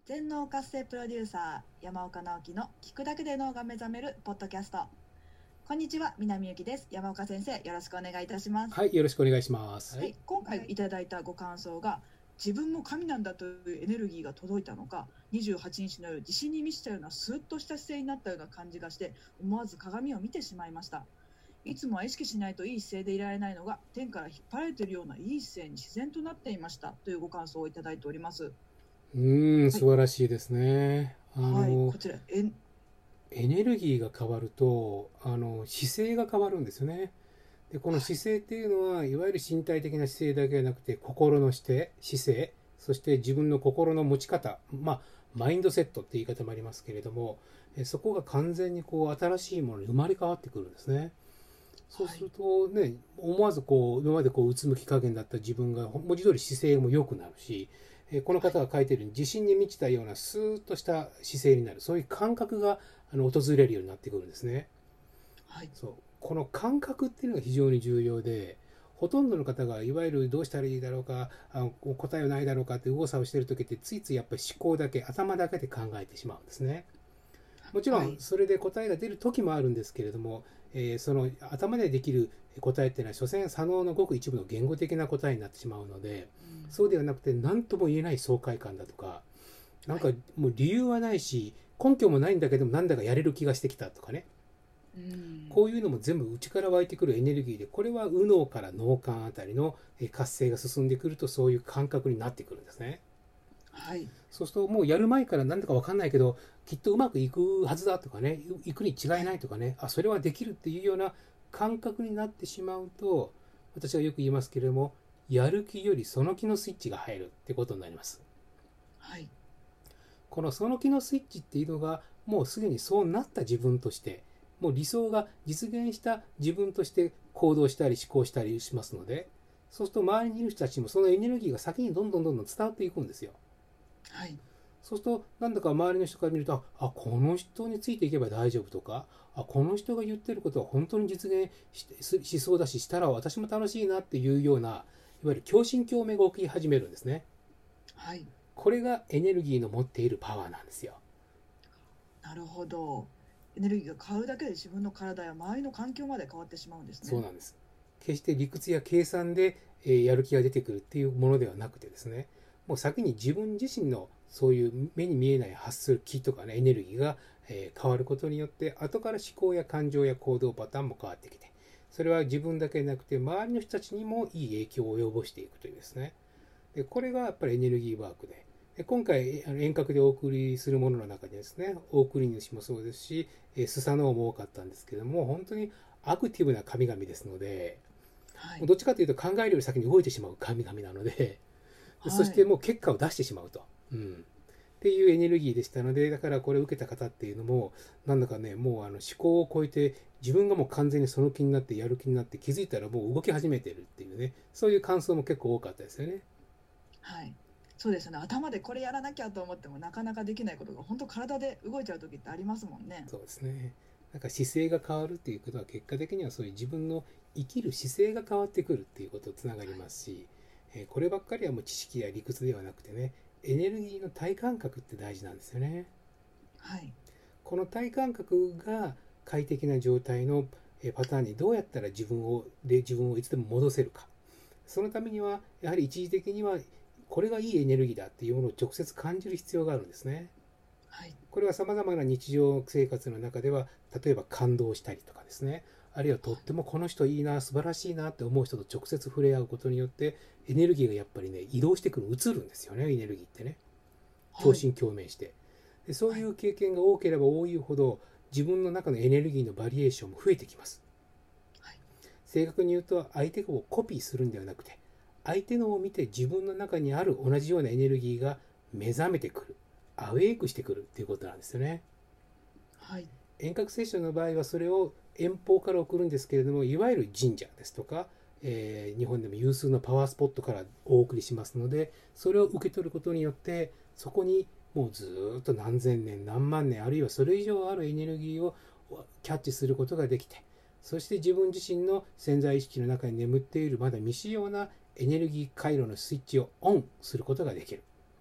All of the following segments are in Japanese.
全脳活性プロデューサー山岡直樹の聞くだけで脳が目覚めるポッドキャスト。こんにちは、南由紀です。山岡先生、よろしくお願いいたします。 はい、よろしくお願いします。 はい、今回いただいたご感想が、自分も神なんだというエネルギーが届いたのか、28日の夜自信に満ちたようなスーッとした姿勢になったような感じがして、思わず鏡を見てしまいました。いつもは意識しないといい姿勢でいられないのが、天から引っ張られているようないい姿勢に自然となっていましたというご感想をいただいております。 素晴らしいですね。 はい、こちらエネルギーが変わると姿勢が変わるんですよね。でこの姿勢っていうのは、いわゆる身体的な姿勢だけではなくて、心の姿勢、そして自分の心の持ち方、マインドセットって言い方もありますけれども、そこが完全に新しいものに生まれ変わってくるんですね。そうするとね、思わず今までうつむき加減だった自分が文字通り姿勢も良くなるし、この方が書いているように自信に満ちたようなスーッとした姿勢になる、そういう感覚が訪れるようになってくるんですね。 はい、 そうこの感覚っていうのが非常に重要で、ほとんどの方がいわゆるどうしたらいいだろうか、答えはないだろうかって右往左往している時って、ついついやっぱり思考だけ、頭だけで考えてしまうんですね。もちろんそれで答えが出る時もあるんですけれども、その頭でできる答えっていうのは所詮左脳のごく一部の言語的な答えになってしまうので、そうではなくて何とも言えない爽快感だとか、なんかもう理由はないし根拠もないんだけども、なんだかやれる気がしてきたとかね、こういうのも全部内から湧いてくるエネルギーで、これは右脳から脳幹あたりの活性が進んでくると、そういう感覚になってくるんですね。 はい、 そうするともうやる前から何だか分かんないけど、きっとうまくいくはずだとかね、いくに違いないとかね、それはできるっていうような感覚になってしまうと、私はよく言いますけれども、やる気よりその気のスイッチが入るってことになります。 はい、 このその気のスイッチっていうのが、もうすでにそうなった自分として、もう理想が実現した自分として行動したり思考したりしますので、そうすると周りにいる人たちもそのエネルギーが先にどんどん伝わっていくんですよ。 はい、 そうすると、なんだか周りの人から見ると、この人についていけば大丈夫とか、この人が言ってることは本当に実現 しそうだし、したら私も楽しいなっていうような、いわゆる共振共鳴が起き始めるんですね。 はい、 これがエネルギーの持っているパワーなんですよ。 なるほど。エネルギーが変わるだけで自分の体や周りの環境まで変わってしまうんですね。 そうなんです。決して理屈や計算でやる気が出てくるっていうものではなくてですね、もう先に自分自身のそういう目に見えない発する気とかね、エネルギーが変わることによって、後から思考や感情や行動パターンも変わってきて、それは自分だけでなくて周りの人たちにもいい影響を及ぼしていくというですね。でこれがやっぱりエネルギーワークで、今回遠隔でお送りするものの中でですね、お送り主もそうですし、スサノオも多かったんですけども、本当にアクティブな神々ですので、どっちかというと考えるより先に動いてしまう神々なので、そしてもう結果を出してしまうと、っていうエネルギーでしたので、だからこれを受けた方っていうのも、なんだかね、もう思考を超えて、自分がもう完全にその気になって、やる気になって、気づいたらもう動き始めてるっていうね、そういう感想も結構多かったですよね。 はい、そうですね。頭でこれやらなきゃと思ってもなかなかできないことが本当体で動いちゃう時ってありますもんね。 そうですね。なんか姿勢が変わるっていうことは、結果的にはそういう自分の生きる姿勢が変わってくるっていうこととつながりますし、こればっかりはもう知識や理屈ではなくてね、エネルギーの体感覚って大事なんですよね。 はい、 この体感覚が快適な状態のパターンにどうやったら自分をいつでも戻せるか。そのためにはやはり一時的にはこれがいいエネルギーだっていうものを直接感じる必要があるんですね。 はい、 これはさまざまな日常生活の中では、例えば感動したりとかですね、あるいはとってもこの人いいな、素晴らしいなって思う人と直接触れ合うことによって、エネルギーがやっぱりね、移動してくる、移るんですよね、エネルギーってね。共振共鳴して。でそういう経験が多ければ多いほど、自分の中のエネルギーのバリエーションも増えてきます。正確に言うと、相手をコピーするんではなくて、相手のを見て自分の中にある同じようなエネルギーが目覚めてくる、アウェイクしてくるっていうことなんですよね。 はい、 遠隔セッションの場合はそれを遠方から送るんですけれども、いわゆる神社ですとか、日本でも有数のパワースポットからお送りしますので、それを受け取ることによって、そこにもうずっと何千年何万年、あるいはそれ以上あるエネルギーをキャッチすることができて、そして自分自身の潜在意識の中に眠っているまだ未使用なエネルギー回路のスイッチをオンすることができる。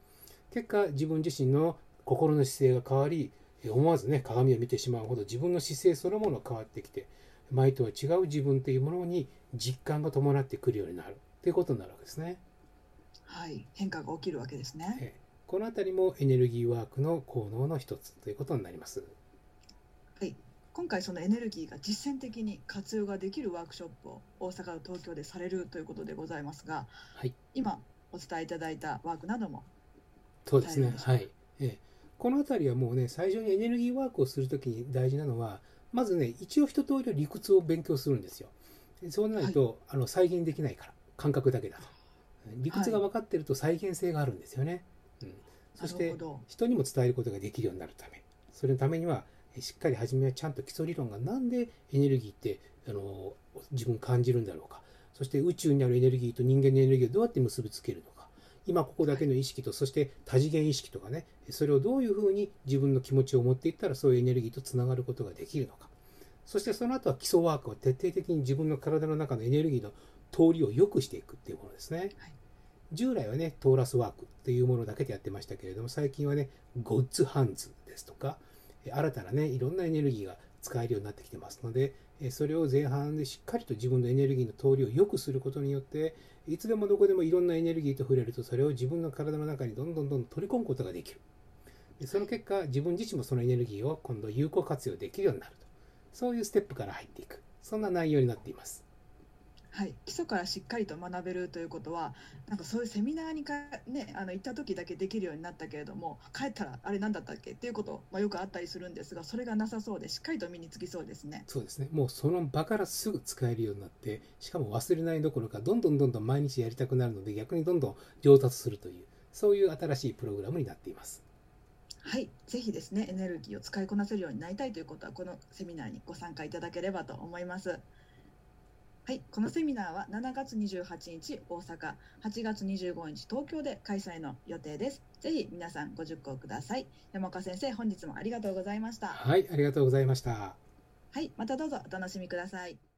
結果自分自身の心の姿勢が変わり、思わずね鏡を見てしまうほど自分の姿勢そのものが変わってきて、前とは違う自分というものに実感が伴ってくるようになるということになるわけですね。 はい、変化が起きるわけですね。 このあたりもエネルギーワークの効能の一つということになります。 はい、今回そのエネルギーが実践的に活用ができるワークショップを大阪と東京でされるということでございますが、 はい、 今お伝えいただいたワークなどもそうですね。はい。このあたりはもうね、最初にエネルギーワークをするときに大事なのは、まずね、一応一通り理屈を勉強するんですよ。そうなると、再現できないから、感覚だけだと。理屈が分かっていると再現性があるんですよね。そして人にも伝えることができるようになるため、それのためにはしっかり初めはちゃんと基礎理論がなんでエネルギーって自分感じるんだろうか、そして宇宙にあるエネルギーと人間のエネルギーをどうやって結びつけるのか、今ここだけの意識と、そして多次元意識とかね、それをどういうふうに自分の気持ちを持っていったらそういうエネルギーとつながることができるのか、そしてその後は基礎ワークを徹底的に自分の体の中のエネルギーの通りを良くしていくっていうものですね。従来はね、トーラスワークっていうものだけでやってましたけれども、最近はね、ゴッツハンズですとか、新たなね、いろんなエネルギーが使えるようになってきてますので、それを前半でしっかりと自分のエネルギーの通りを良くすることによって、いつでもどこでもいろんなエネルギーと触れると、それを自分の体の中にどんどん取り込むことができる。その結果、自分自身もそのエネルギーを今度有効活用できるようになると。そういうステップから入っていく。そんな内容になっています。 はい、基礎からしっかりと学べるということは、なんかそういうセミナーに行った時だけできるようになったけれども、帰ったらあれ何だったっけっていうこと、よくあったりするんですが、それがなさそうでしっかりと身につきそうですね。 そうですね。もうその場からすぐ使えるようになって、しかも忘れないどころかどんどん毎日やりたくなるので、逆にどんどん上達するという、そういう新しいプログラムになっています。 はい、ぜひですね、エネルギーを使いこなせるようになりたいということは、このセミナーにご参加いただければと思います。はい、このセミナーは7月28日大阪、8月25日東京で開催の予定です。ぜひ皆さんご受講ください。山岡先生、本日もありがとうございました。 はい、ありがとうございました。 はい、またどうぞお楽しみください。